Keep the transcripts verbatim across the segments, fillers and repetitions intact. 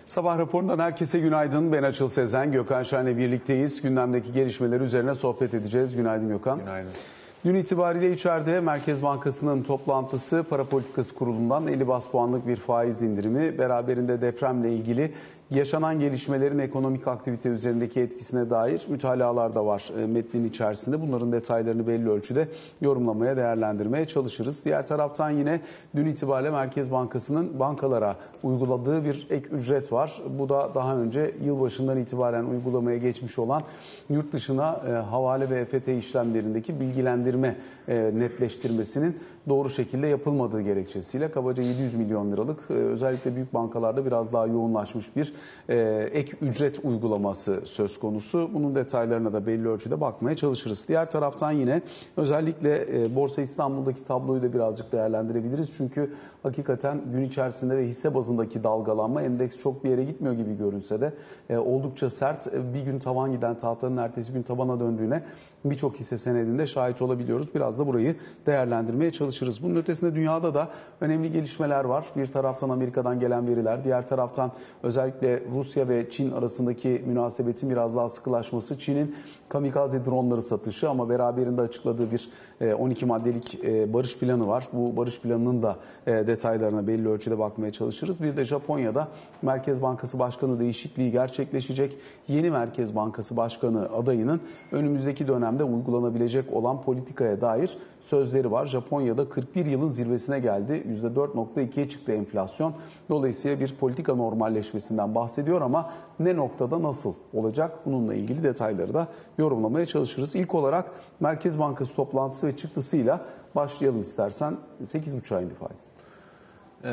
Sabah raporundan herkese günaydın. Ben Açıl Sezen, Gökhan Şen'le birlikteyiz. Gündemdeki gelişmeler üzerine sohbet edeceğiz. Günaydın Gökhan. Günaydın. Dün itibariyle içeride Merkez Bankası'nın toplantısı, Para Politikası Kurulu'ndan elli bas puanlık bir faiz indirimi, beraberinde depremle ilgili yaşanan gelişmelerin ekonomik aktivite üzerindeki etkisine dair mütalalar da var metnin içerisinde. Bunların detaylarını belli ölçüde yorumlamaya, değerlendirmeye çalışırız. Diğer taraftan yine dün itibariyle Merkez Bankası'nın bankalara uyguladığı bir ek ücret var. Bu da daha önce yılbaşından itibaren uygulamaya geçmiş olan yurt dışına e, havale ve E F T işlemlerindeki bilgilendirme e, netleştirmesinin doğru şekilde yapılmadığı gerekçesiyle kabaca yedi yüz milyon liralık e, özellikle büyük bankalarda biraz daha yoğunlaşmış bir e, ek ücret uygulaması söz konusu. Bunun detaylarına da belli ölçüde bakmaya çalışırız. Diğer taraftan yine özellikle e, Borsa İstanbul'daki tabloyu da birazcık değerlendirebiliriz. Çünkü hakikaten gün içerisinde ve hisse bazındaki dalgalanma, endeks çok bir yere gitmiyor gibi görünse de e, oldukça sert. E, bir gün tavan giden tahtanın ertesi gün tabana döndüğüne birçok hisse senedinde şahit olabiliyoruz. Biraz da burayı değerlendirmeye çalışırız. Bunun ötesinde dünyada da önemli gelişmeler var. Bir taraftan Amerika'dan gelen veriler, diğer taraftan özellikle Rusya ve Çin arasındaki münasebetin biraz daha sıkılaşması, Çin'in kamikaze dronları satışı ama beraberinde açıkladığı bir on iki maddelik barış planı var. Bu barış planının da detaylarına belli ölçüde bakmaya çalışırız. Bir de Japonya'da Merkez Bankası Başkanı değişikliği gerçekleşecek. Yeni Merkez Bankası Başkanı adayının önümüzdeki dönemde uygulanabilecek olan politikaya dair sözleri var. Japonya'da kırk bir yılın zirvesine geldi. yüzde dört nokta ikiye çıktı enflasyon. Dolayısıyla bir politika normalleşmesinden bahsediyor ama ne noktada nasıl olacak? Bununla ilgili detayları da yorumlamaya çalışırız. İlk olarak Merkez Bankası toplantısı ve çıktısıyla başlayalım istersen. sekiz buçuk indi faiz. Ee,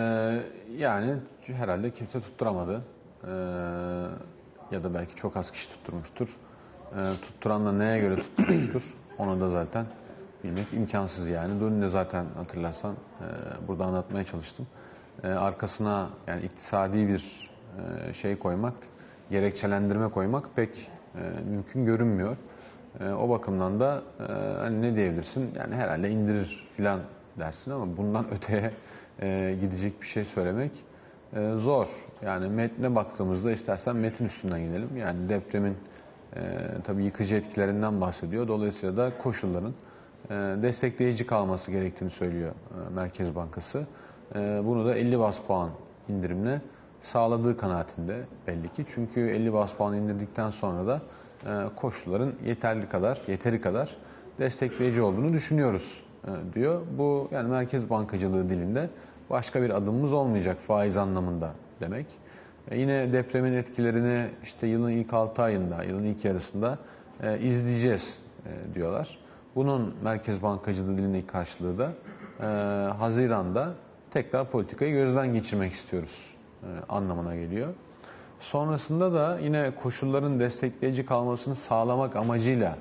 yani herhalde kimse tutturamadı. Ee, ya da belki çok az kişi tutturmuştur. Ee, tutturan da neye göre tutturmuştur? Onu da zaten bilmek imkansız yani. Dün de zaten hatırlarsan e, burada anlatmaya çalıştım. E, arkasına yani iktisadi bir e, şey koymak, gerekçelendirme koymak pek e, mümkün görünmüyor. E, o bakımdan da e, hani ne diyebilirsin? Yani herhalde indirir filan dersin ama bundan öteye e, gidecek bir şey söylemek e, zor. Yani metne baktığımızda istersen metin üstünden gidelim. Yani depremin e, tabii yıkıcı etkilerinden bahsediyor. Dolayısıyla da koşulların e, destekleyici kalması gerektiğini söylüyor e, Merkez Bankası. E, bunu da elli bas puan indirimle sağladığı kanaatinde belli ki. Çünkü elli bas puan indirdikten sonra da e, koşulların yeterli kadar, yeteri kadar destekleyici olduğunu düşünüyoruz e, diyor. Bu yani Merkez Bankacılığı dilinde başka bir adımımız olmayacak faiz anlamında demek. E, yine depremin etkilerini işte yılın ilk altı ayında, yılın ilk yarısında e, izleyeceğiz e, diyorlar. Bunun Merkez Bankacılığı dilindeki karşılığı da e, Haziran'da tekrar politikayı gözden geçirmek istiyoruz e, anlamına geliyor. Sonrasında da yine koşulların destekleyici kalmasını sağlamak amacıyla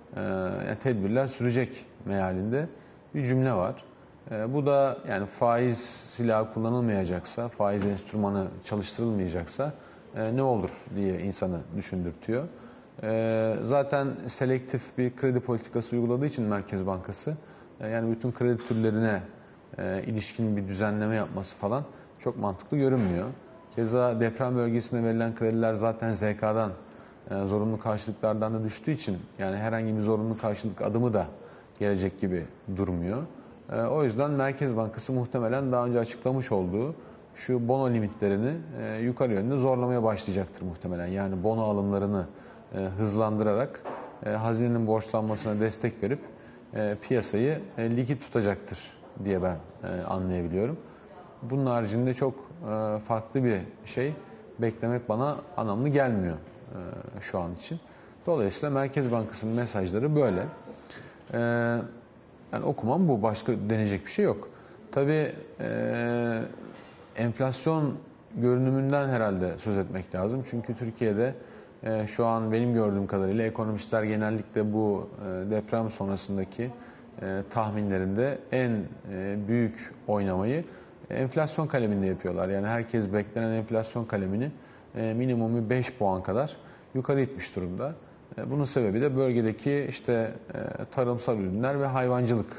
e, tedbirler sürecek mealinde bir cümle var. E, bu da yani faiz silahı kullanılmayacaksa, faiz enstrümanı çalıştırılmayacaksa e, ne olur diye insanı düşündürtüyor. E, zaten selektif bir kredi politikası uyguladığı için Merkez Bankası e, yani bütün kredi türlerine e, ilişkin bir düzenleme yapması falan çok mantıklı görünmüyor. Keza deprem bölgesine verilen krediler zaten Z K'dan e, zorunlu karşılıklardan da düştüğü için yani herhangi bir zorunlu karşılık adımı da gelecek gibi durmuyor. E, o yüzden Merkez Bankası muhtemelen daha önce açıklamış olduğu şu bono limitlerini e, yukarı yönde zorlamaya başlayacaktır muhtemelen. Yani bono alımlarını e, hızlandırarak e, hazinenin borçlanmasına destek verip e, piyasayı e, likit tutacaktır diye ben e, anlayabiliyorum. Bunun haricinde çok e, farklı bir şey beklemek bana anlamlı gelmiyor e, şu an için. Dolayısıyla Merkez Bankası'nın mesajları böyle. E, yani okumam bu. Başka deneyecek bir şey yok. Tabii e, enflasyon görünümünden herhalde söz etmek lazım. Çünkü Türkiye'de e, şu an benim gördüğüm kadarıyla ekonomistler genellikle bu e, deprem sonrasındaki e, tahminlerinde en e, büyük oynamayı enflasyon kaleminde yapıyorlar. Yani herkes beklenen enflasyon kalemini e, minimumu beş puan kadar yukarı itmiş durumda. E, bunun sebebi de bölgedeki işte e, tarımsal ürünler ve hayvancılık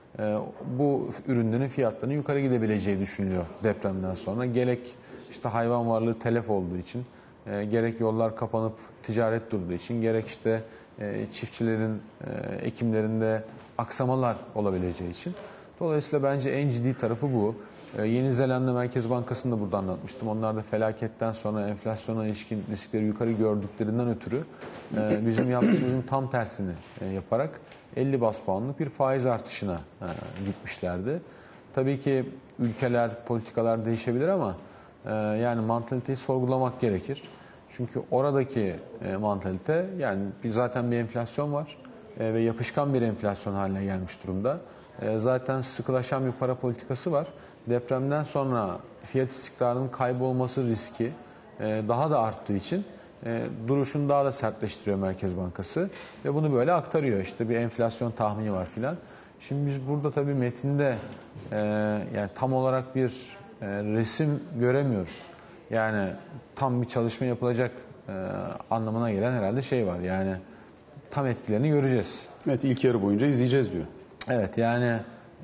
e, bu ürünlerin fiyatlarının yukarı gidebileceği düşünülüyor depremden sonra. Gerek işte hayvan varlığı telef olduğu için, e, gerek yollar kapanıp ticaret durduğu için, gerek işte e, çiftçilerin e, ekimlerinde aksamalar olabileceği için. Dolayısıyla bence en ciddi tarafı bu. E, Yeni Zelanda Merkez Bankası'nı da burada anlatmıştım. Onlar da felaketten sonra enflasyona ilişkin riskleri yukarı gördüklerinden ötürü e, bizim yaptığımızın tam tersini e, yaparak elli bas puanlık bir faiz artışına e, gitmişlerdi. Tabii ki ülkeler, politikalar değişebilir ama e, yani mantaliteyi sorgulamak gerekir. Çünkü oradaki e, mantalite, yani bir, zaten bir enflasyon var e, ve yapışkan bir enflasyon haline gelmiş durumda. E, zaten sıkılaşan bir para politikası var. Depremden sonra fiyat istikrarının kaybolması riski e, daha da arttığı için e, duruşunu daha da sertleştiriyor Merkez Bankası ve bunu böyle aktarıyor. İşte bir enflasyon tahmini var filan. Şimdi biz burada tabii metinde e, yani tam olarak bir e, resim göremiyoruz. Yani tam bir çalışma yapılacak e, anlamına gelen herhalde şey var. Yani tam etkilerini göreceğiz. Evet, ilk yarı boyunca izleyeceğiz diyor. Evet, yani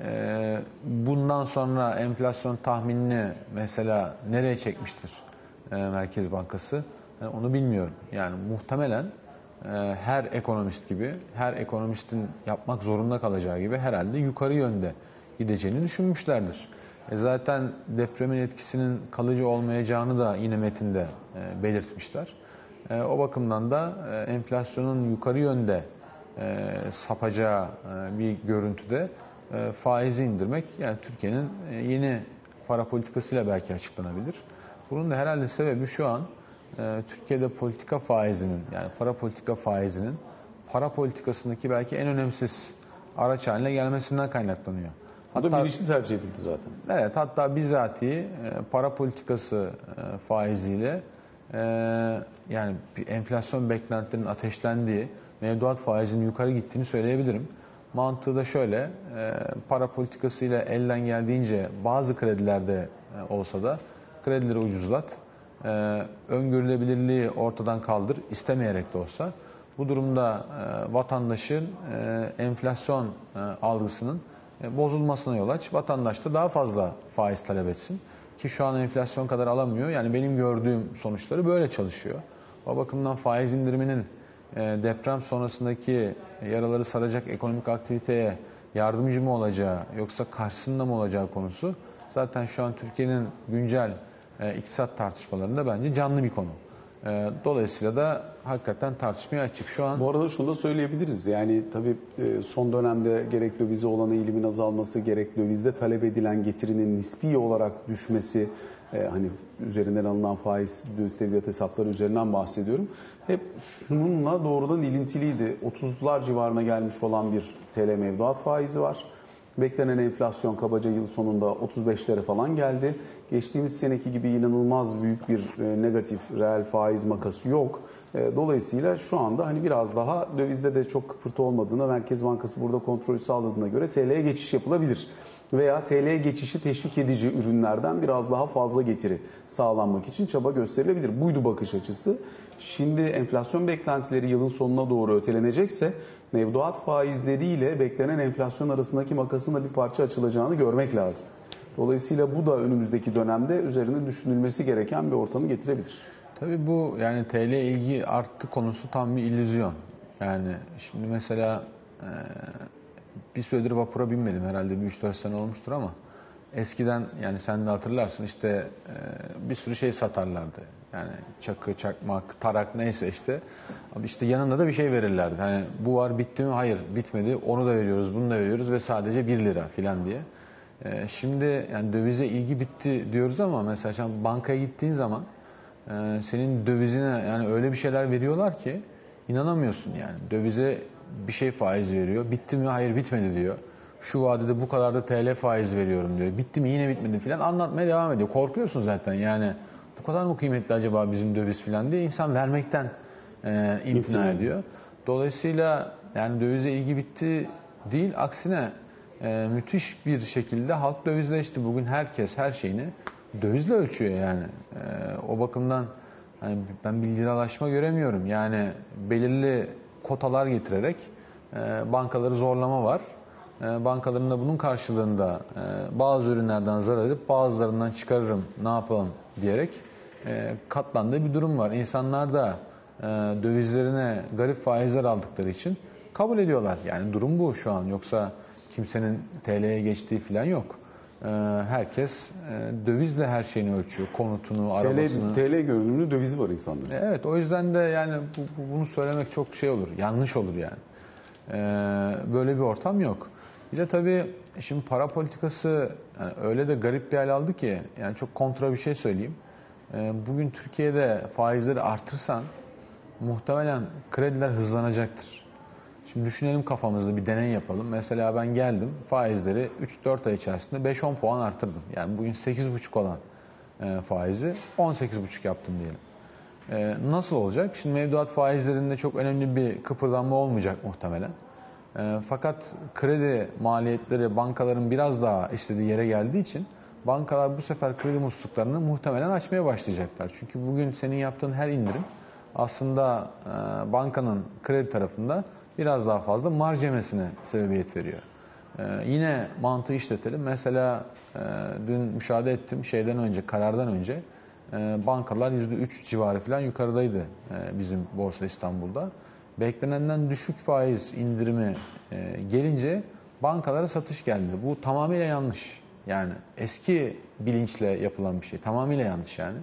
e, bundan sonra enflasyon tahminini mesela nereye çekmiştir e, Merkez Bankası? Yani onu bilmiyorum. Yani muhtemelen e, her ekonomist gibi, her ekonomistin yapmak zorunda kalacağı gibi herhalde yukarı yönde gideceğini düşünmüşlerdir. E zaten depremin etkisinin kalıcı olmayacağını da yine metinde e, belirtmişler. E, o bakımdan da e, enflasyonun yukarı yönde e, sapacağı e, bir görüntüde e, faizi indirmek, yani Türkiye'nin e, yeni para politikasıyla belki açıklanabilir. Bunun da herhalde sebebi şu an e, Türkiye'de politika faizinin, yani para politika faizinin para politikasındaki belki en önemsiz araç haline gelmesinden kaynaklanıyor. Bu da bilinçli tercih edildi zaten. Evet, hatta bizatihi e, para politikası e, faiziyle e, yani bir enflasyon beklentilerinin ateşlendiği, mevduat faizinin yukarı gittiğini söyleyebilirim. Mantığı da şöyle, e, para politikasıyla elden geldiğince bazı kredilerde e, olsa da kredileri ucuzlat, e, öngörülebilirliği ortadan kaldır, istemeyerek de olsa. Bu durumda e, vatandaşın e, enflasyon e, algısının e, bozulmasına yol aç. Vatandaş da daha fazla faiz talep etsin. Ki şu an enflasyon kadar alamıyor. Yani benim gördüğüm sonuçları böyle çalışıyor. O bakımdan faiz indiriminin e, deprem sonrasındaki yaraları saracak ekonomik aktiviteye yardımcı mı olacağı yoksa karşısında mı olacağı konusu zaten şu an Türkiye'nin güncel e, iktisat tartışmalarında bence canlı bir konu. E, dolayısıyla da hakikaten tartışmaya açık şu an. Bu arada şunu da söyleyebiliriz. Yani tabii e, son dönemde gerek dövize olan eğilimin azalması, gerek dövizde talep edilen getirinin nispi olarak düşmesi, e, hani üzerinden alınan faiz, döviz tevdiat hesapları üzerinden bahsediyorum. Hep şununla doğrudan ilintiliydi. otuzlar civarına gelmiş olan bir T L mevduat faizi var. Beklenen enflasyon kabaca yıl sonunda otuz beşlere falan geldi. Geçtiğimiz seneki gibi inanılmaz büyük bir e, negatif reel faiz makası yok. E, dolayısıyla şu anda hani biraz daha dövizde de çok kıpırtı olmadığına, Merkez Bankası burada kontrolü sağladığına göre T L'ye geçiş yapılabilir. Veya T L'ye geçişi teşvik edici ürünlerden biraz daha fazla getiri sağlanmak için çaba gösterilebilir. Buydu bakış açısı. Şimdi enflasyon beklentileri yılın sonuna doğru ötelenecekse mevduat faizleriyle beklenen enflasyon arasındaki makasın da bir parça açılacağını görmek lazım. Dolayısıyla bu da önümüzdeki dönemde üzerinde düşünülmesi gereken bir ortamı getirebilir. Tabii bu yani T L ilgi arttı konusu tam bir illüzyon. Yani şimdi mesela e, bir süredir vapura binmedim, herhalde bir üç dört sene olmuştur ama eskiden, yani sen de hatırlarsın, işte e, bir sürü şey satarlardı. Yani çakı, çakmak, tarak neyse işte. Abi işte yanında da bir şey verirlerdi. Hani bu var, bitti mi? Hayır, bitmedi. Onu da veriyoruz, bunu da veriyoruz ve sadece bir lira filan diye. E, şimdi yani dövize ilgi bitti diyoruz ama mesela sen bankaya gittiğin zaman e, senin dövizine yani öyle bir şeyler veriyorlar ki inanamıyorsun yani. Dövize bir şey faiz veriyor. Bitti mi? Hayır, bitmedi diyor. Şu vadede bu kadar da T L faiz veriyorum diyor. Bitti mi? Yine bitmedi filan anlatmaya devam ediyor. Korkuyorsun zaten yani. Bu kadar mı kıymetli acaba bizim döviz filan diye insan vermekten e, imtina ediyor. Dolayısıyla yani dövize ilgi bitti değil, aksine e, müthiş bir şekilde halk dövizleşti. Bugün herkes her şeyini dövizle ölçüyor yani. E, o bakımdan yani ben bir liralaşma göremiyorum. Yani belirli kotalar getirerek e, bankaları zorlama var. E, bankaların da bunun karşılığında e, bazı ürünlerden zarar edip bazılarından çıkarırım, ne yapalım diyerek e, katlandığı bir durum var. İnsanlar da e, dövizlerine garip faizler aldıkları için kabul ediyorlar. Yani durum bu şu an. Yoksa kimsenin T L'ye geçtiği falan yok. E, herkes e, dövizle her şeyini ölçüyor. Konutunu, arabasını. T L görünümlü dövizi var insanların. Evet, o yüzden de yani bu, bu- bunu söylemek çok şey olur, yanlış olur yani. Ee, böyle bir ortam yok. Bir de tabii şimdi para politikası yani öyle de garip bir hal aldı ki, yani çok kontra bir şey söyleyeyim. Ee, bugün Türkiye'de faizleri artırsan muhtemelen krediler hızlanacaktır. Şimdi düşünelim, kafamızda bir deney yapalım. Mesela ben geldim, faizleri üç dört ay içerisinde beş on puan arttırdım. Yani bugün sekiz buçuk olan e, faizi on sekiz buçuk yaptım diyelim. Ee, nasıl olacak? Şimdi mevduat faizlerinde çok önemli bir kıpırdanma olmayacak muhtemelen. Ee, fakat kredi maliyetleri bankaların biraz daha istediği yere geldiği için bankalar bu sefer kredi musluklarını muhtemelen açmaya başlayacaklar. Çünkü bugün senin yaptığın her indirim aslında e, bankanın kredi tarafında biraz daha fazla marj yemesine sebebiyet veriyor. Ee, yine mantığı işletelim. Mesela e, dün müşahede ettim, şeyden önce, karardan önce e, bankalar yüzde üç civarı falan yukarıdaydı e, bizim Borsa İstanbul'da. Beklenenden düşük faiz indirimi e, gelince bankalara satış geldi. Bu tamamıyla yanlış. Yani eski bilinçle yapılan bir şey. Tamamıyla yanlış yani.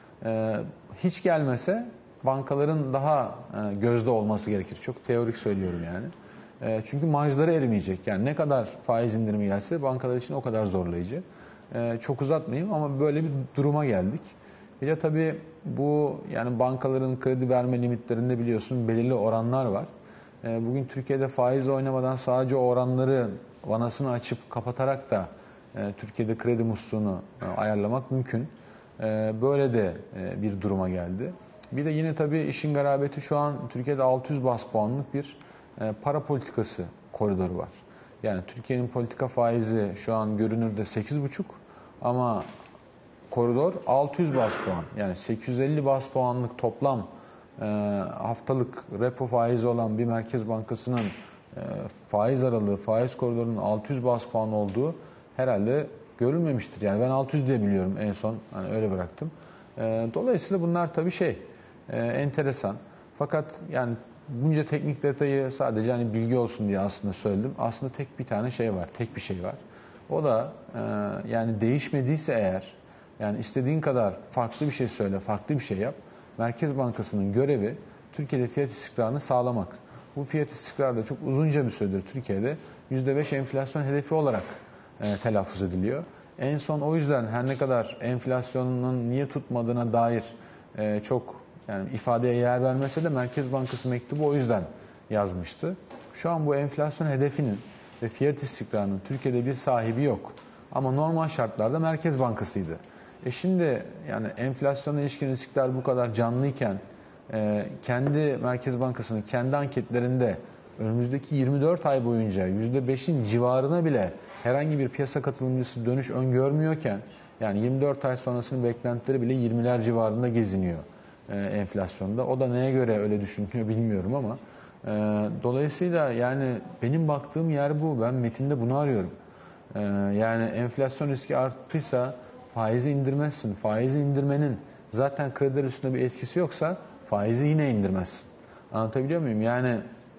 E, hiç gelmese bankaların daha e, gözde olması gerekir. Çok teorik söylüyorum yani. E, çünkü marjları erimeyecek. Yani ne kadar faiz indirimi gelse bankalar için o kadar zorlayıcı. E, çok uzatmayayım ama böyle bir duruma geldik. Bir de tabii bu, yani bankaların kredi verme limitlerinde biliyorsun belirli oranlar var. E, bugün Türkiye'de faiz oynamadan sadece o oranları vanasını açıp kapatarak da e, Türkiye'de kredi musluğunu e, ayarlamak mümkün. E, böyle de e, bir duruma geldi. Bir de yine tabii işin garabeti, şu an Türkiye'de altı yüz baz puanlık bir e, para politikası koridoru var. Yani Türkiye'nin politika faizi şu an görünürde sekiz buçuk ama koridor altı yüz baz puan. Yani sekiz yüz elli baz puanlık toplam e, haftalık repo faizi olan bir merkez bankasının e, faiz aralığı, faiz koridorunun altı yüz baz puan olduğu herhalde görülmemiştir. Yani ben altı yüz diye biliyorum en son, hani öyle bıraktım. E, dolayısıyla bunlar tabii şey e, enteresan. Fakat yani bunca teknik detayı sadece hani bilgi olsun diye aslında söyledim. Aslında tek bir tane şey var, tek bir şey var. O da e, yani değişmediyse eğer, yani istediğin kadar farklı bir şey söyle, farklı bir şey yap. Merkez Bankası'nın görevi Türkiye'de fiyat istikrarını sağlamak. Bu fiyat istikrarı da çok uzunca bir süredir Türkiye'de yüzde beş enflasyon hedefi olarak e, telaffuz ediliyor. En son o yüzden her ne kadar enflasyonun niye tutmadığına dair e, çok yani ifadeye yer vermese de Merkez Bankası mektubu o yüzden yazmıştı. Şu an bu enflasyon hedefinin ve fiyat istikrarının Türkiye'de bir sahibi yok. Ama normal şartlarda Merkez Bankası'ydı. E şimdi yani enflasyona ilişkin riskler bu kadar canlıyken e, kendi Merkez Bankası'nın kendi anketlerinde önümüzdeki yirmi dört ay boyunca yüzde beşin civarına bile herhangi bir piyasa katılımcısı dönüş öngörmüyorken, yani yirmi dört ay sonrasının beklentileri bile yirmiler civarında geziniyor e, enflasyonda. O da neye göre öyle düşünüyor bilmiyorum ama e, dolayısıyla yani benim baktığım yer bu. Ben metinde bunu arıyorum. E, yani enflasyon riski arttıysa faizi indirmezsin. Faizi indirmenin zaten krediler üstünde bir etkisi yoksa faizi yine indirmezsin. Anlatabiliyor muyum? Yani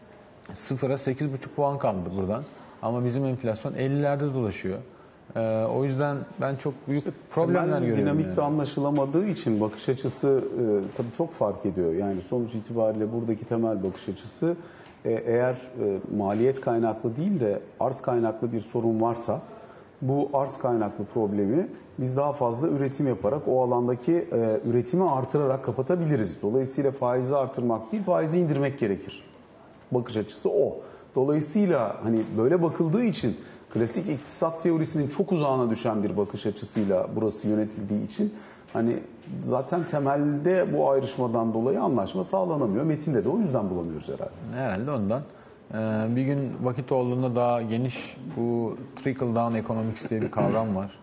sıfıra sekiz buçuk puan kaldı buradan. Ama bizim enflasyon ellilerde dolaşıyor. Ee, o yüzden ben çok büyük İşte problemler temel görüyorum. dinamikte Yani. anlaşılamadığı için bakış açısı e, tabii çok fark ediyor. Yani sonuç itibariyle buradaki temel bakış açısı e, eğer e, maliyet kaynaklı değil de arz kaynaklı bir sorun varsa bu arz kaynaklı problemi biz daha fazla üretim yaparak o alandaki e, üretimi artırarak kapatabiliriz. Dolayısıyla faizi artırmak değil, faizi indirmek gerekir. Bakış açısı o. Dolayısıyla hani böyle bakıldığı için klasik iktisat teorisinin çok uzağına düşen bir bakış açısıyla burası yönetildiği için hani zaten temelde bu ayrışmadan dolayı anlaşma sağlanamıyor. Metinde de o yüzden bulamıyoruz herhalde. Herhalde ondan. Ee, bir gün vakit olduğunda daha geniş bu trickle down economics diye bir kavram var.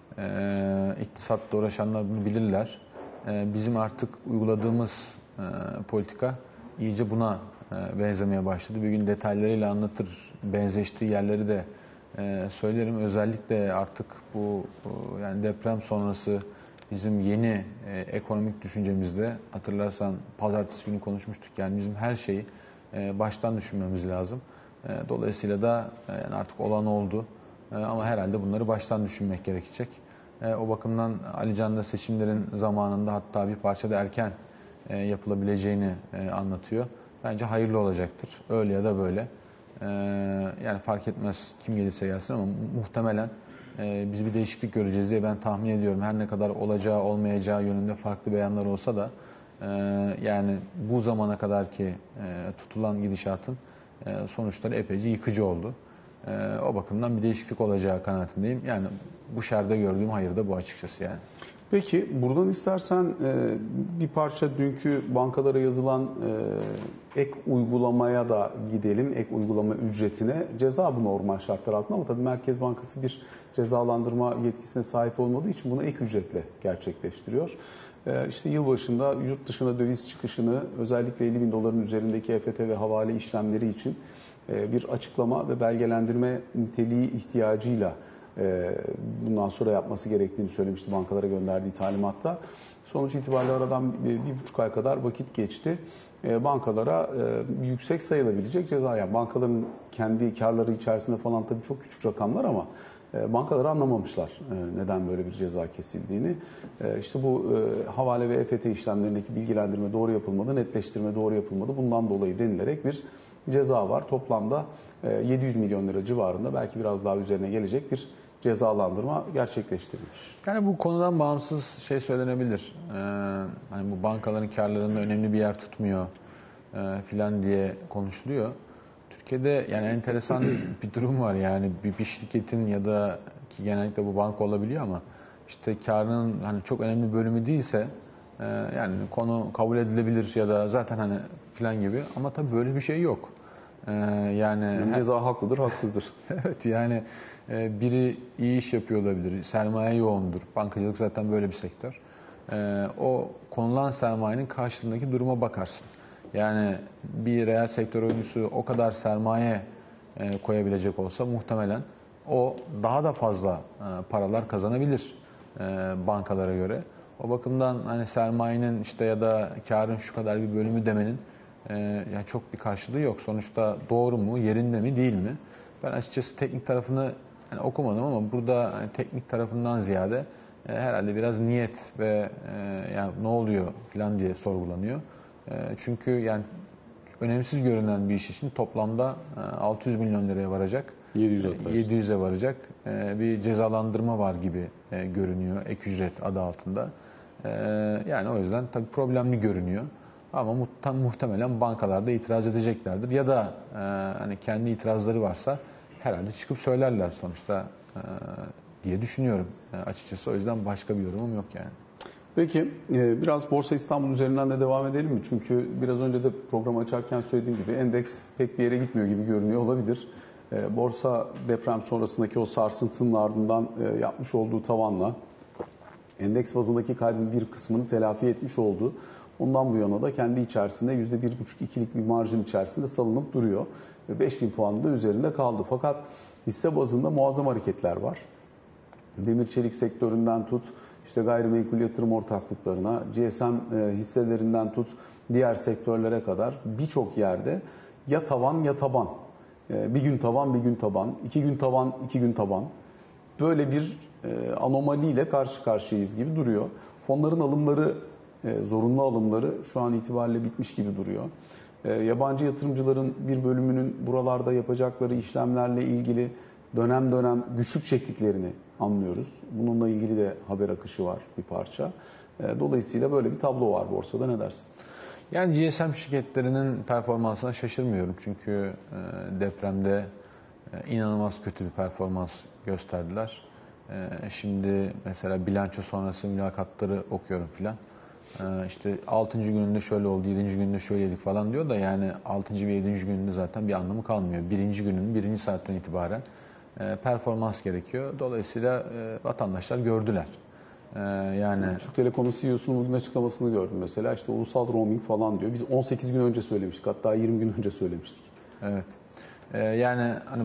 Ee, iktisatla uğraşanlar bunu bilirler. Ee, bizim artık uyguladığımız e, politika iyice buna e, benzemeye başladı. Bir gün detaylarıyla anlatır, benzeştiği yerleri de e, söylerim. Özellikle artık bu, bu yani deprem sonrası bizim yeni e, ekonomik düşüncemizde, hatırlarsan pazartesi günü konuşmuştuk. Yani bizim her şeyi e, baştan düşünmemiz lazım. E, dolayısıyla da e, yani artık olan oldu. E, ama herhalde bunları baştan düşünmek gerekecek. E, o bakımdan Ali Can da seçimlerin zamanında, hatta bir parça da erken e, yapılabileceğini e, anlatıyor. Bence hayırlı olacaktır. Öyle ya da böyle. E, yani fark etmez kim gelirse gelsin, ama muhtemelen e, biz bir değişiklik göreceğiz diye ben tahmin ediyorum. Her ne kadar olacağı olmayacağı yönünde farklı beyanlar olsa da e, yani bu zamana kadar ki e, tutulan gidişatın e, sonuçları epeyce yıkıcı oldu. E, o bakımdan bir değişiklik olacağı kanaatindeyim. Yani bu şerde gördüğüm hayır da bu açıkçası yani. Peki buradan istersen e, bir parça dünkü bankalara yazılan e, ek uygulamaya da gidelim. Ek uygulama ücretine. Ceza bu normal şartlar altında, ama tabii Merkez Bankası bir cezalandırma yetkisine sahip olmadığı için bunu ek ücretle gerçekleştiriyor. E, işte yılbaşında yurt dışına döviz çıkışını, özellikle elli bin doların üzerindeki E F T ve havale işlemleri için e, bir açıklama ve belgelendirme niteliği ihtiyacıyla bundan sonra yapması gerektiğini söylemişti bankalara gönderdiği talimatta. Sonuç itibariyle aradan bir, bir buçuk ay kadar vakit geçti. Bankalara yüksek sayılabilecek ceza, yani bankaların kendi karları içerisinde falan tabii çok küçük rakamlar, ama bankaları anlamamışlar neden böyle bir ceza kesildiğini. İşte bu havale ve E F T işlemlerindeki bilgilendirme doğru yapılmadı, netleştirme doğru yapılmadı. Bundan dolayı denilerek bir ceza var. Toplamda yedi yüz milyon lira civarında, belki biraz daha üzerine gelecek bir cezalandırma gerçekleştirilmiş. Yani bu konudan bağımsız şey söylenebilir. Ee, hani bu bankaların karlarında önemli bir yer tutmuyor e, filan diye konuşuluyor. Türkiye'de yani enteresan bir durum var. Yani bir, bir şirketin ya da, ki genellikle bu banka olabiliyor, ama işte karının hani çok önemli bölümü değilse e, yani konu kabul edilebilir ya da zaten hani filan gibi, ama tabii böyle bir şey yok. Ee, yani, yani ceza haklıdır, haksızdır. evet, yani e, biri iyi iş yapıyor olabilir, sermaye yoğundur. Bankacılık zaten böyle bir sektör. E, o konulan sermayenin karşılığındaki duruma bakarsın. Yani bir reel sektör oyuncusu o kadar sermaye e, koyabilecek olsa muhtemelen o daha da fazla e, paralar kazanabilir e, bankalara göre. O bakımdan hani sermayenin işte ya da karın şu kadar bir bölümü demenin Ee, yani çok bir karşılığı yok. Sonuçta doğru mu, yerinde mi, değil mi? Ben açıkçası teknik tarafını yani okumadım, ama burada hani teknik tarafından ziyade e, herhalde biraz niyet ve e, yani ne oluyor falan diye sorgulanıyor. E, çünkü yani önemsiz görünen bir iş için toplamda e, altı yüz milyon liraya varacak, yedi yüz atar. yedi yüze varacak e, bir cezalandırma var gibi e, görünüyor ek ücret adı altında. E, yani o yüzden tabii problemli görünüyor. Ama muhtem, muhtemelen bankalarda itiraz edeceklerdir. Ya da e, hani kendi itirazları varsa herhalde çıkıp söylerler sonuçta e, diye düşünüyorum e, açıkçası. O yüzden başka bir yorumum yok yani. Peki biraz Borsa İstanbul üzerinden de devam edelim mi? Çünkü biraz önce de programı açarken söylediğim gibi endeks pek bir yere gitmiyor gibi görünüyor olabilir. Borsa deprem sonrasındaki o sarsıntının ardından yapmış olduğu tavanla endeks bazındaki kaybın bir kısmını telafi etmiş oldu. Ondan bu yana da kendi içerisinde yüzde bir buçuk ikilik bir marjın içerisinde salınıp duruyor. beş bin puanın da üzerinde kaldı. Fakat hisse bazında muazzam hareketler var. Demir çelik sektöründen tut, işte gayrimenkul yatırım ortaklıklarına, G S M hisselerinden tut, diğer sektörlere kadar birçok yerde ya tavan ya taban. Bir gün tavan, bir gün taban, iki gün tavan, iki gün taban. Böyle bir anomaliyle karşı karşıyayız gibi duruyor. Fonların alımları, zorunlu alımları şu an itibariyle bitmiş gibi duruyor. Yabancı yatırımcıların bir bölümünün buralarda yapacakları işlemlerle ilgili dönem dönem güçlük çektiklerini anlıyoruz. Bununla ilgili de haber akışı var bir parça. Dolayısıyla böyle bir tablo var borsada, ne dersin? Yani G S M şirketlerinin performansına şaşırmıyorum. Çünkü depremde inanılmaz kötü bir performans gösterdiler. Şimdi mesela bilanço sonrası mülakatları okuyorum filan. İşte altıncı gününde şöyle oldu, yedinci gününde şöyleydik falan diyor da, yani altıncı ve yedinci gününde zaten bir anlamı kalmıyor. Birinci günün birinci saatten itibaren performans gerekiyor. Dolayısıyla vatandaşlar gördüler. Yani Türk Telekom'un C E O'sunun bugün açıklamasını gördüm mesela. İşte ulusal roaming falan diyor. Biz on sekiz gün önce söylemiştik. Hatta yirmi gün önce söylemiştik. Evet. Yani hani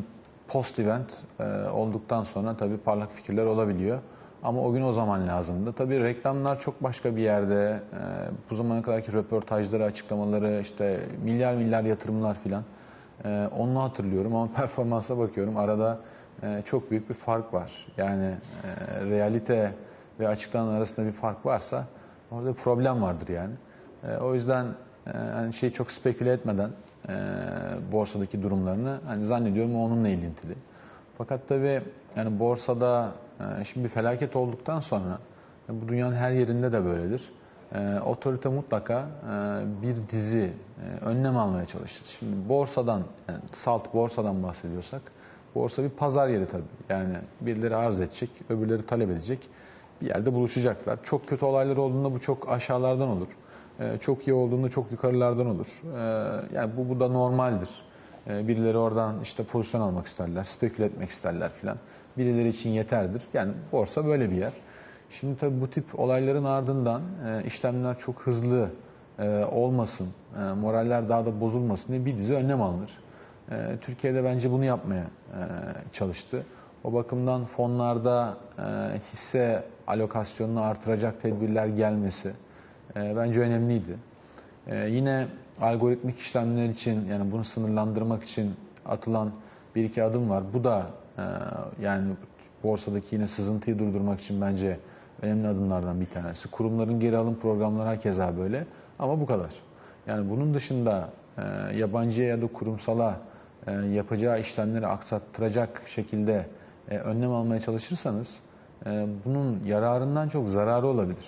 post event e, olduktan sonra tabii parlak fikirler olabiliyor. Ama o gün o zaman lazımdı. Tabii reklamlar çok başka bir yerde. E, bu zamana kadarki röportajları, açıklamaları, işte milyar milyar yatırımlar filan. E, onu hatırlıyorum ama performansa bakıyorum. Arada e, çok büyük bir fark var. Yani e, realite ve açıklanan arasında bir fark varsa orada bir problem vardır yani. E, o yüzden e, hani şey çok speküle etmeden e, borsadaki durumlarını hani zannediyorum onunla ilintili. Fakat tabii yani borsada e, şimdi bir felaket olduktan sonra e, bu dünyanın her yerinde de böyledir. E, otorite mutlaka e, bir dizi e, önlem almaya çalışır. Şimdi borsadan, yani salt borsadan bahsediyorsak, borsa bir pazar yeri tabii. Yani birileri arz edecek, öbürleri talep edecek. Bir yerde buluşacaklar. Çok kötü olaylar olduğunda bu çok aşağılardan olur. E, çok iyi olduğunda çok yukarılardan olur. E, yani bu, bu da normaldir. E, birileri oradan işte pozisyon almak isterler, speküle etmek isterler filan. Birileri için yeterdir. Yani borsa böyle bir yer. Şimdi tabii bu tip olayların ardından e, işlemler çok hızlı e, olmasın, e, moraller daha da bozulmasın diye bir dizi önlem alınır. E, Türkiye'de bence bunu yapmaya e, çalıştı. O bakımdan fonlarda e, hisse alokasyonunu artıracak tedbirler gelmesi e, bence önemliydi. E, yine algoritmik işlemler için, yani bunu sınırlandırmak için atılan bir iki adım var. Bu da e, yani borsadaki yine sızıntıyı durdurmak için bence önemli adımlardan bir tanesi. Kurumların geri alım programları hakeza böyle ama bu kadar. Yani bunun dışında e, yabancıya ya da kurumsala e, yapacağı işlemleri aksattıracak şekilde e, önlem almaya çalışırsanız e, bunun yararından çok zararı olabilir.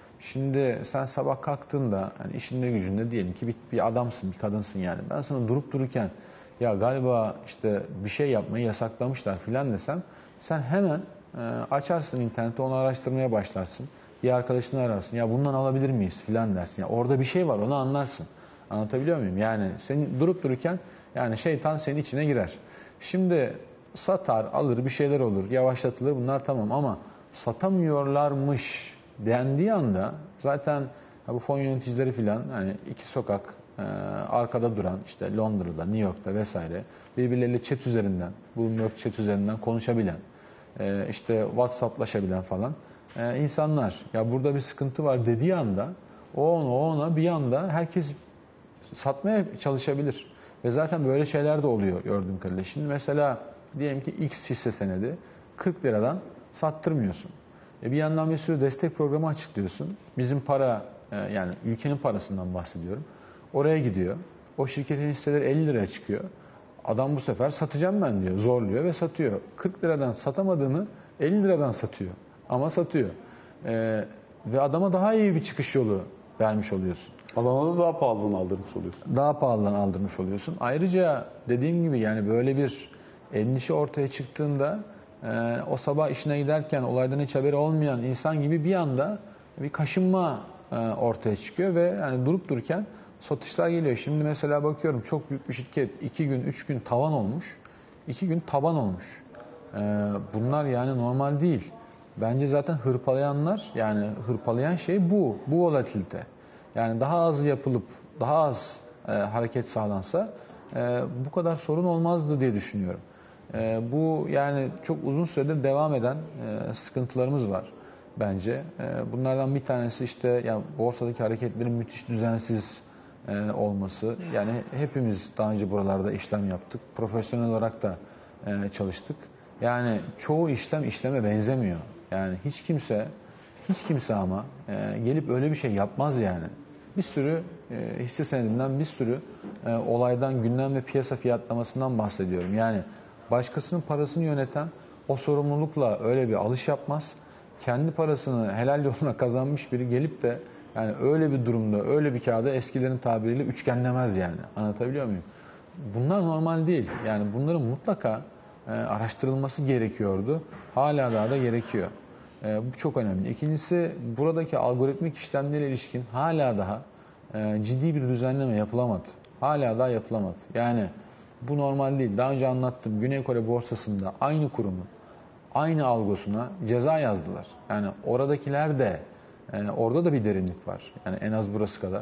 Şimdi sen sabah kalktığında yani işinde gücünde diyelim ki bir, bir adamsın, bir kadınsın yani. Ben sana durup dururken ya galiba işte bir şey yapmayı yasaklamışlar filan desem sen hemen e, açarsın internette onu araştırmaya başlarsın. Bir arkadaşını ararsın. Ya bundan alabilir miyiz filan dersin. Ya orada bir şey var onu anlarsın. Anlatabiliyor muyum? Yani senin durup dururken yani şeytan senin içine girer. Şimdi satar, alır bir şeyler olur, yavaşlatılır bunlar tamam ama satamıyorlarmış dendiği anda zaten bu fon yöneticileri filan hani iki sokak e, arkada duran işte Londra'da, New York'ta vesaire birbirleriyle chat üzerinden, Bloomberg chat üzerinden konuşabilen, e, işte WhatsApp'laşabilen falan e, insanlar ya burada bir sıkıntı var dediği anda o ona, o ona bir anda herkes satmaya çalışabilir. Ve zaten böyle şeyler de oluyor gördüğüm kadarıyla. Şimdi mesela diyelim ki X hisse senedi kırk liradan sattırmıyorsun. E bir yandan bir sürü destek programı açıklıyorsun. Bizim para e, yani ülkenin parasından bahsediyorum. Oraya gidiyor. O şirketin hisseleri elli liraya çıkıyor. Adam bu sefer satacağım ben diyor. Zorluyor ve satıyor. kırk liradan satamadığını elli liradan satıyor. Ama satıyor. E, ve adama daha iyi bir çıkış yolu vermiş oluyorsun. Alana da daha pahalılığını aldırmış oluyorsun. Daha pahalıdan aldırmış oluyorsun. Ayrıca dediğim gibi yani böyle bir endişe ortaya çıktığında e, o sabah işine giderken olaydan hiç haberi olmayan insan gibi bir anda bir kaşınma e, ortaya çıkıyor ve yani durup dururken satışlar geliyor. Şimdi mesela bakıyorum çok büyük bir şirket iki gün, üç gün tavan olmuş. iki gün taban olmuş. E, bunlar yani normal değil. Bence zaten hırpalayanlar yani hırpalayan şey bu. Bu volatilite. Yani daha az yapılıp daha az e, hareket sağlansa e, bu kadar sorun olmazdı diye düşünüyorum. E, bu yani çok uzun süredir devam eden e, sıkıntılarımız var bence. E, bunlardan bir tanesi işte yani borsadaki hareketlerin müthiş düzensiz e, olması. Yani hepimiz daha önce buralarda işlem yaptık. Profesyonel olarak da e, çalıştık. Yani çoğu işlem işleme benzemiyor. Yani hiç kimse hiç kimse ama e, gelip öyle bir şey yapmaz yani. Bir sürü e, hisse senedinden bir sürü e, olaydan, gündem ve piyasa fiyatlamasından bahsediyorum. Yani başkasının parasını yöneten o sorumlulukla öyle bir alış yapmaz. Kendi parasını helal yoluna kazanmış biri gelip de yani öyle bir durumda, öyle bir kağıda eskilerin tabiriyle üçgenlemez yani. Anlatabiliyor muyum? Bunlar normal değil. Yani bunların mutlaka e, araştırılması gerekiyordu. Hala daha da gerekiyor. E, bu çok önemli. İkincisi buradaki algoritmik işlemlere ilişkin hala daha e, ciddi bir düzenleme yapılamadı. Hala daha yapılamadı. Yani bu normal değil. Daha önce anlattım. Güney Kore borsasında aynı kurumun aynı algosuna ceza yazdılar. Yani oradakiler de e, orada da bir derinlik var. Yani en az burası kadar.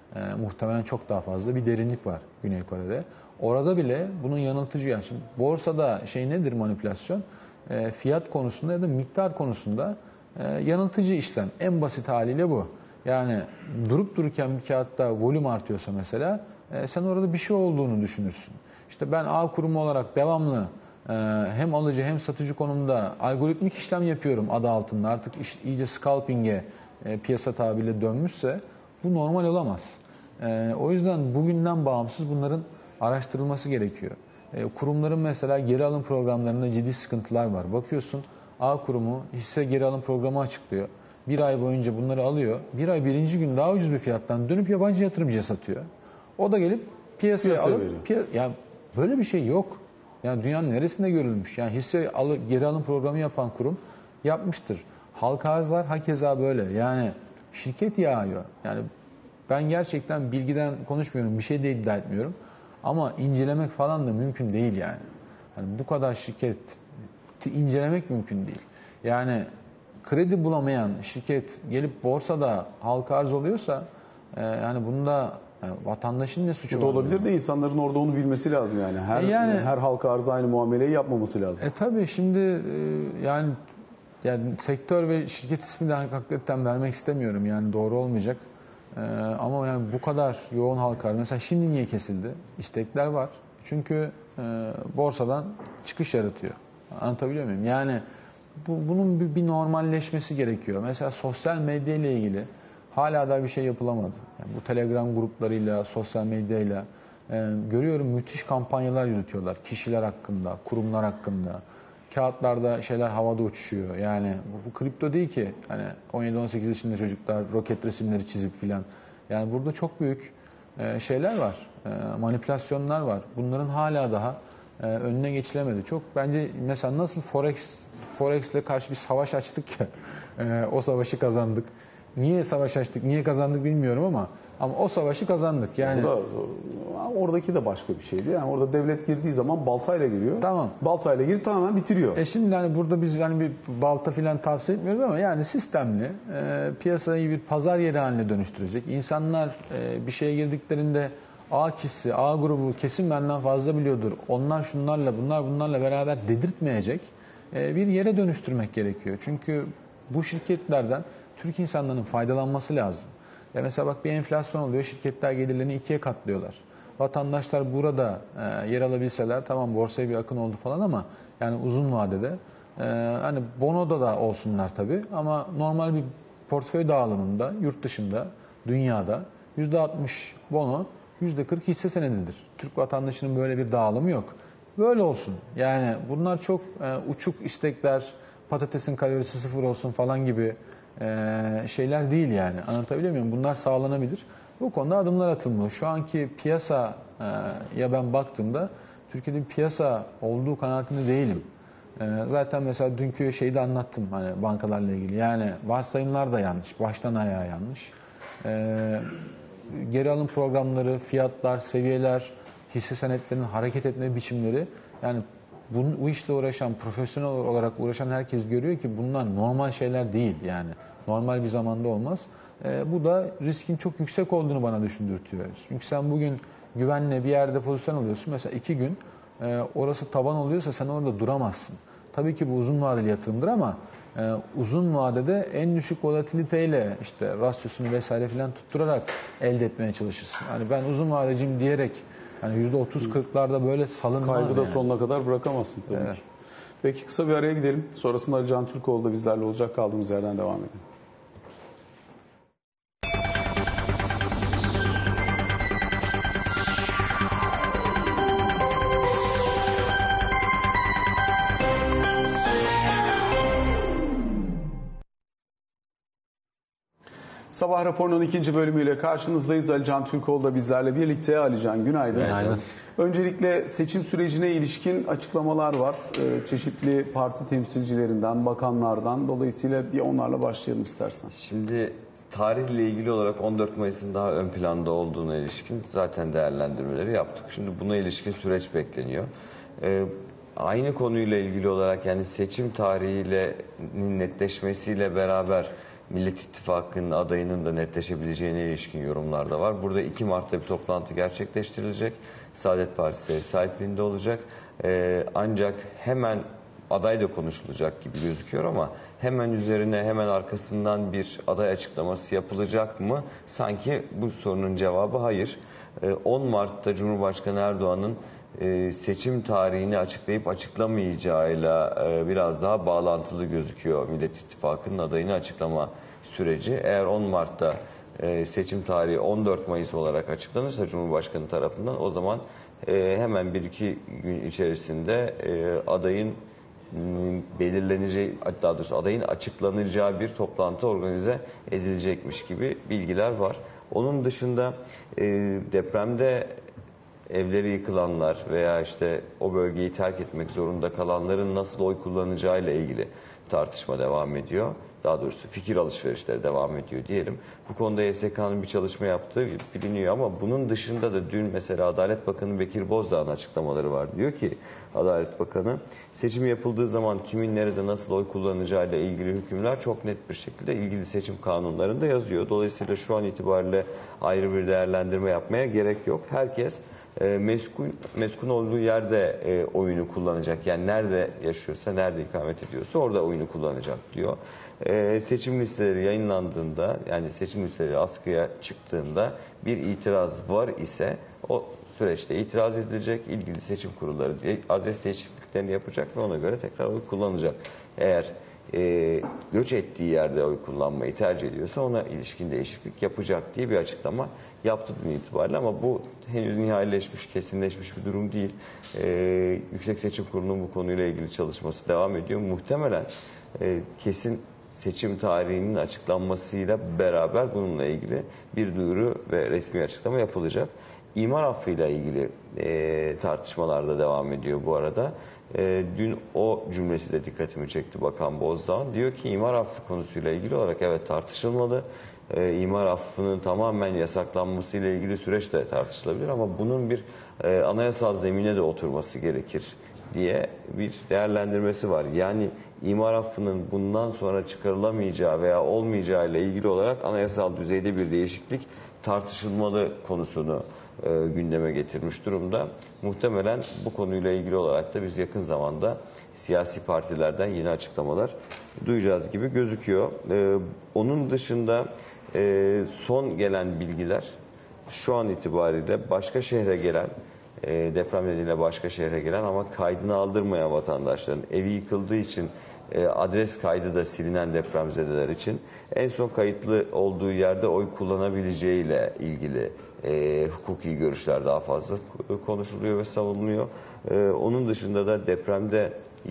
e, muhtemelen çok daha fazla bir derinlik var Güney Kore'de. Orada bile bunun yanıltıcı yani. Şimdi borsada şey nedir manipülasyon? E, fiyat konusunda ya da miktar konusunda e, yanıltıcı işlem. En basit haliyle bu. Yani durup dururken bir kağıtta volüm artıyorsa mesela e, sen orada bir şey olduğunu düşünürsün. İşte ben A kurumu olarak devamlı e, hem alıcı hem satıcı konumda algoritmik işlem yapıyorum adı altında. Artık iş, iyice scalping'e e, piyasa tabiriyle dönmüşse bu normal olamaz. E, o yüzden bugünden bağımsız bunların araştırılması gerekiyor. E, kurumların mesela geri alım programlarında ciddi sıkıntılar var. Bakıyorsun A kurumu hisse geri alım programı açıklıyor. Bir ay boyunca bunları alıyor. Bir ay birinci gün daha ucuz bir fiyattan dönüp yabancı yatırımcıya satıyor. O da gelip piyasaya, Piyasaya alıp piya yani böyle bir şey yok. Yani dünyanın neresinde görülmüş? Yani hisse alı, geri alım programı yapan kurum yapmıştır. Halka arzlar hakeza böyle. Yani şirket yağıyor. Yani ben gerçekten bilgiden konuşmuyorum. Bir şey de iddia etmiyorum. Ama incelemek falan da mümkün değil yani. Yani bu kadar şirket incelemek mümkün değil. Yani kredi bulamayan şirket gelip borsada halka arz oluyorsa e, yani bunda yani vatandaşın ne suçu Bu da var? olabilir de insanların orada onu bilmesi lazım yani. Her E yani- her halka arz aynı muameleyi yapmaması lazım. E tabii şimdi e, yani yani sektör ve şirket ismi de hakikaten vermek istemiyorum yani doğru olmayacak. E, ama yani bu kadar yoğun halka arz mesela şimdi niye kesildi? İstekler var. Çünkü e, borsadan çıkış yaratıyor. Anlatabiliyor muyum? Yani bu, bunun bir, bir normalleşmesi gerekiyor. Mesela sosyal medya ile ilgili hala da bir şey yapılamadı. Yani bu Telegram gruplarıyla, sosyal medyayla e, görüyorum müthiş kampanyalar yürütüyorlar. Kişiler hakkında, kurumlar hakkında. Kağıtlarda şeyler havada uçuşuyor. Yani bu, bu kripto değil ki. Hani on yedi on sekiz yaşında çocuklar roket resimleri çizip filan. Yani burada çok büyük e, şeyler var. E, manipülasyonlar var. Bunların hala daha e, önüne geçilemedi. Çok bence mesela nasıl Forex Forex'le karşı bir savaş açtık ya. E, o savaşı kazandık. Niye savaş açtık, niye kazandık bilmiyorum ama ama o savaşı kazandık. Yani Bu da, oradaki de başka bir şeydi. Yani orada devlet girdiği zaman baltayla giriyor. Tamam. Baltayla girip tamamen bitiriyor. E şimdi hani burada biz yani bir balta filan tavsiye etmiyoruz ama yani sistemli e, piyasayı bir pazar yeri haline dönüştürecek. İnsanlar e, bir şeye girdiklerinde A kişisi, A grubu kesin benden fazla biliyordur. Onlar şunlarla, bunlar bunlarla beraber dedirtmeyecek e, bir yere dönüştürmek gerekiyor. Çünkü bu şirketlerden Türk insanlarının faydalanması lazım. Ya mesela bak bir enflasyon oluyor, şirketler gelirlerini ikiye katlıyorlar. Vatandaşlar burada e, yer alabilseler tamam borsaya bir akın oldu falan ama yani uzun vadede e, hani bonoda da olsunlar tabii ama normal bir portföy dağılımında yurt dışında, dünyada yüzde altmış bono, yüzde kırk hisse senedidir. Türk vatandaşının böyle bir dağılımı yok. Böyle olsun. Yani bunlar çok e, uçuk istekler, patatesin kalorisi sıfır olsun falan gibi e, şeyler değil yani. Anlatabiliyor muyum? Bunlar sağlanabilir. Bu konuda adımlar atılmalı. Şu anki piyasa e, ya ben baktığımda Türkiye'de bir piyasa olduğu kanaatinde değilim. E, zaten mesela dünkü şeyi de anlattım hani bankalarla ilgili. Yani varsayımlar da yanlış. Baştan ayağa yanlış. E, geri alım programları, fiyatlar, seviyeler, hisse senetlerinin hareket etme biçimleri yani bunu, bu işle uğraşan, profesyonel olarak uğraşan herkes görüyor ki bunlar normal şeyler değil yani. Normal bir zamanda olmaz. E, bu da riskin çok yüksek olduğunu bana düşündürtüyor. Çünkü sen bugün güvenle bir yerde pozisyon alıyorsun. Mesela iki gün e, orası taban oluyorsa sen orada duramazsın. Tabii ki bu uzun vadeli yatırımdır ama e, uzun vadede en düşük volatiliteyle işte rasyosunu vesaire filan tutturarak elde etmeye çalışırsın. Hani ben uzun vadeciyim diyerek hani yüzde otuz kırklarda böyle salınmaz Kaybı da yani. sonuna kadar bırakamazsın tabii Evet. ki. Peki kısa bir araya gidelim. Sonrasında Ali Can Türkoğlu da bizlerle olacak. Kaldığımız yerden devam edelim. Sabah raporunun ikinci bölümüyle karşınızdayız. Ali Can Türkoğlu da bizlerle birlikte. Ali Can günaydın. Günaydın. Öncelikle seçim sürecine ilişkin açıklamalar var. Ee, çeşitli parti temsilcilerinden, bakanlardan. Dolayısıyla bir onlarla başlayalım istersen. Şimdi tarihle ilgili olarak on dört Mayıs'ın daha ön planda olduğuna ilişkin zaten değerlendirmeleri yaptık. Şimdi buna ilişkin süreç bekleniyor. Ee, aynı konuyla ilgili olarak yani seçim tarihiyle netleşmesiyle beraber Millet İttifakı'nın adayının da netleşebileceğine ilişkin yorumlar da var. Burada iki Mart'ta bir toplantı gerçekleştirilecek. Saadet Partisi ev sahipliğinde olacak. Ee, ancak hemen aday da konuşulacak gibi gözüküyor ama hemen üzerine hemen arkasından bir aday açıklaması yapılacak mı? Sanki bu sorunun cevabı hayır. Ee, on Mart'ta Cumhurbaşkanı Erdoğan'ın e, seçim tarihini açıklayıp açıklamayacağıyla e, biraz daha bağlantılı gözüküyor Millet İttifakı'nın adayını açıklama süreci. Eğer on Mart'ta e, seçim tarihi on dört Mayıs olarak açıklanırsa Cumhurbaşkanı tarafından, o zaman e, hemen bir iki gün içerisinde e, adayın belirleneceği, daha doğrusu adayın açıklanacağı bir toplantı organize edilecekmiş gibi bilgiler var. Onun dışında e, depremde evleri yıkılanlar veya işte o bölgeyi terk etmek zorunda kalanların nasıl oy kullanacağıyla ilgili tartışma devam ediyor. Daha doğrusu fikir alışverişleri devam ediyor diyelim. Bu konuda Y S K'nın bir çalışma yaptığı biliniyor ama bunun dışında da dün mesela Adalet Bakanı Bekir Bozdağ'ın açıklamaları var. Diyor ki Adalet Bakanı, seçim yapıldığı zaman kimin nerede nasıl oy kullanacağıyla ilgili hükümler çok net bir şekilde ilgili seçim kanunlarında yazıyor. Dolayısıyla şu an itibariyle ayrı bir değerlendirme yapmaya gerek yok. Herkes e, meskun, meskun olduğu yerde e, oyunu kullanacak. Yani nerede yaşıyorsa, nerede ikamet ediyorsa orada oyunu kullanacak diyor. Ee, seçim listeleri yayınlandığında, yani seçim listeleri askıya çıktığında bir itiraz var ise o süreçte itiraz edilecek, ilgili seçim kurulları adres değişikliklerini yapacak ve ona göre tekrar oy kullanacak. Eğer e, göç ettiği yerde oy kullanmayı tercih ediyorsa ona ilişkin değişiklik yapacak diye bir açıklama yaptı dün itibariyle, ama bu henüz nihayileşmiş, kesinleşmiş bir durum değil. E, Yüksek Seçim Kurulu'nun bu konuyla ilgili çalışması devam ediyor. Muhtemelen e, kesin seçim tarihinin açıklanmasıyla beraber bununla ilgili bir duyuru ve resmi açıklama yapılacak. İmar affıyla ilgili e, tartışmalar da devam ediyor bu arada. E, dün o cümlesi de dikkatimi çekti Bakan Bozdağ. Diyor ki imar affı konusuyla ilgili olarak evet tartışılmalı. E, imar affının tamamen yasaklanmasıyla ilgili süreç de tartışılabilir ama bunun bir e, anayasal zemine de oturması gerekir diye bir değerlendirmesi var. Yani imar affının bundan sonra çıkarılamayacağı veya olmayacağı ile ilgili olarak anayasal düzeyde bir değişiklik tartışılmalı konusunu e, gündeme getirmiş durumda. Muhtemelen bu konuyla ilgili olarak da biz yakın zamanda siyasi partilerden yeni açıklamalar duyacağız gibi gözüküyor. E, onun dışında e, son gelen bilgiler şu an itibariyle başka şehre gelen, E, deprem nedeniyle başka şehre gelen ama kaydını aldırmayan vatandaşların, evi yıkıldığı için e, adres kaydı da silinen depremzedeler için en son kayıtlı olduğu yerde oy kullanabileceğiyle ilgili e, hukuki görüşler daha fazla konuşuluyor ve savunuluyor. E, onun dışında da depremde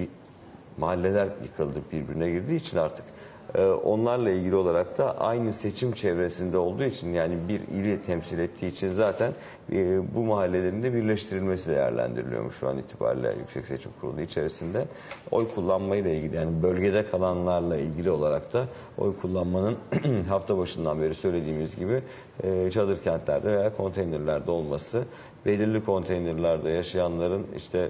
mahalleler yıkıldı, birbirine girdiği için artık onlarla ilgili olarak da aynı seçim çevresinde olduğu için, yani bir ili temsil ettiği için zaten bu mahallelerin de birleştirilmesi değerlendiriliyormuş şu an itibariyle Yüksek Seçim Kurulu içerisinde. Oy kullanmayla ilgili, yani bölgede kalanlarla ilgili olarak da oy kullanmanın hafta başından beri söylediğimiz gibi çadır kentlerde veya konteynerlerde olması, belirli konteynerlerde yaşayanların işte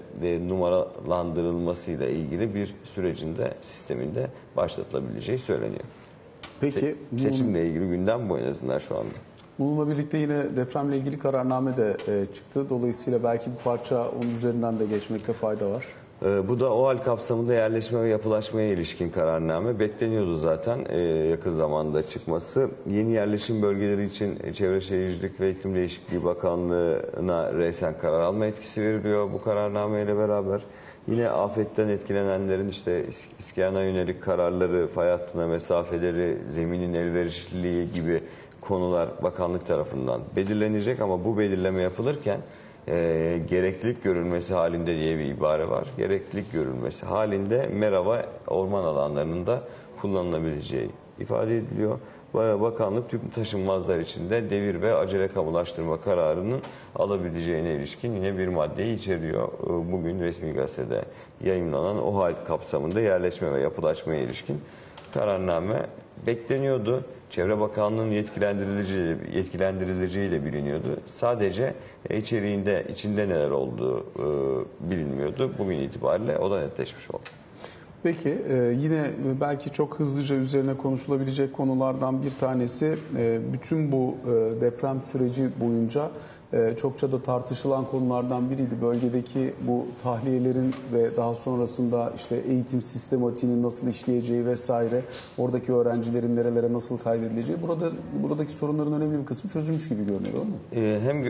numaralandırılmasıyla ilgili bir sürecinde, sisteminde başlatılabileceği söyleniyor. Peki Se- seçimle ilgili gündem bu en azından şu anda. Bununla birlikte yine depremle ilgili kararname de e, çıktı. Dolayısıyla belki bir parça onun üzerinden de geçmekte fayda var. Ee, bu da O H A L kapsamında yerleşme ve yapılaşmaya ilişkin kararname. Bekleniyordu zaten e, yakın zamanda çıkması. Yeni yerleşim bölgeleri için Çevre Şehircilik ve İklim Değişikliği Bakanlığı'na resen karar alma etkisi veriliyor bu kararname ile beraber. Yine afetten etkilenenlerin işte iskana yönelik kararları, fay hattına mesafeleri, zeminin elverişliliği gibi konular bakanlık tarafından belirlenecek ama bu belirleme yapılırken e, gereklilik görülmesi halinde diye bir ibare var. Gereklilik görülmesi halinde mera orman alanlarının da kullanılabileceği ifade ediliyor. Bakanlık tüm taşınmazlar için de devir ve acele kamulaştırma kararının alabileceğine ilişkin yine bir maddeyi içeriyor. Bugün resmi gazetede yayımlanan O H A L kapsamında yerleşme ve yapılaşmaya ilişkin kararname bekleniyordu. Çevre Bakanlığı'nın yetkilendirileceği, yetkilendirileceği de biliniyordu. Sadece içeriğinde, içinde neler olduğu e, bilinmiyordu. Bugün itibariyle o da netleşmiş oldu. Peki e, yine belki çok hızlıca üzerine konuşulabilecek konulardan bir tanesi e, bütün bu e, deprem süreci boyunca e, çokça da tartışılan konulardan biriydi. Bölgedeki bu tahliyelerin ve daha sonrasında işte eğitim sistematiğinin nasıl işleyeceği vesaire, oradaki öğrencilerin nerelere nasıl kaydedileceği. Burada buradaki sorunların önemli bir kısmı çözülmüş gibi görünüyor, değil mi? Ee, hem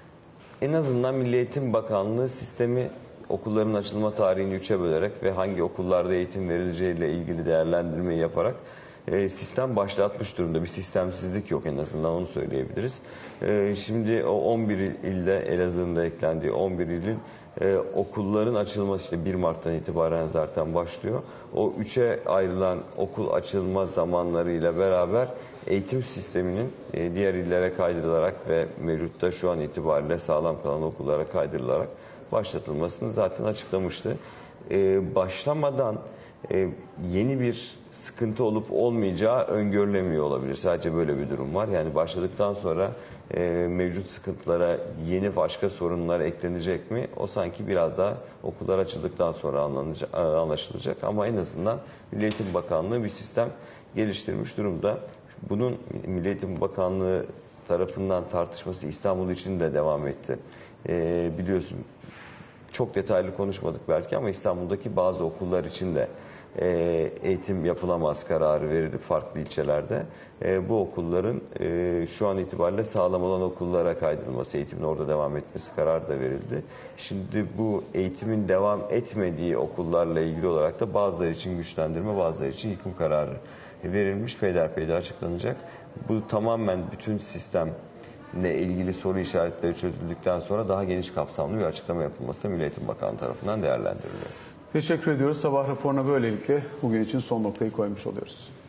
en azından Milli Eğitim Bakanlığı sistemi okulların açılma tarihini üçe bölerek ve hangi okullarda eğitim verileceğiyle ilgili değerlendirmeyi yaparak e, sistem başlatmış durumda. Bir sistemsizlik yok, en azından onu söyleyebiliriz. E, şimdi o on bir ilde, Elazığ'ın da eklendiği on bir ilin e, okulların açılması işte bir Mart'tan itibaren zaten başlıyor. O üçe ayrılan okul açılma zamanlarıyla beraber eğitim sisteminin e, diğer illere kaydırılarak ve mevcutta şu an itibariyle sağlam kalan okullara kaydırılarak başlatılmasını zaten açıklamıştı. Ee, başlamadan e, yeni bir sıkıntı olup olmayacağı öngörülemiyor olabilir. Sadece böyle bir durum var. Yani başladıktan sonra e, mevcut sıkıntılara yeni başka sorunlar eklenecek mi? O sanki biraz daha okullar açıldıktan sonra anlaşılacak. Ama en azından Milli Eğitim Bakanlığı bir sistem geliştirmiş durumda. Bunun Milli Eğitim Bakanlığı tarafından tartışması İstanbul için de devam etti. Ee, biliyorsun, çok detaylı konuşmadık belki ama İstanbul'daki bazı okullar için de e, eğitim yapılamaz kararı verilip farklı ilçelerde e, bu okulların e, şu an itibariyle sağlam olan okullara kaydırılması, eğitimin orada devam etmesi kararı da verildi. Şimdi bu eğitimin devam etmediği okullarla ilgili olarak da bazıları için güçlendirme, bazıları için yıkım kararı verilmiş, peyderpey açıklanacak. Bu tamamen bütün sistem ile ilgili soru işaretleri çözüldükten sonra daha geniş kapsamlı bir açıklama yapılması da Milli Eğitim Bakanlığı tarafından değerlendiriliyor. Teşekkür ediyoruz. Sabah raporuna böylelikle bugün için son noktayı koymuş oluyoruz.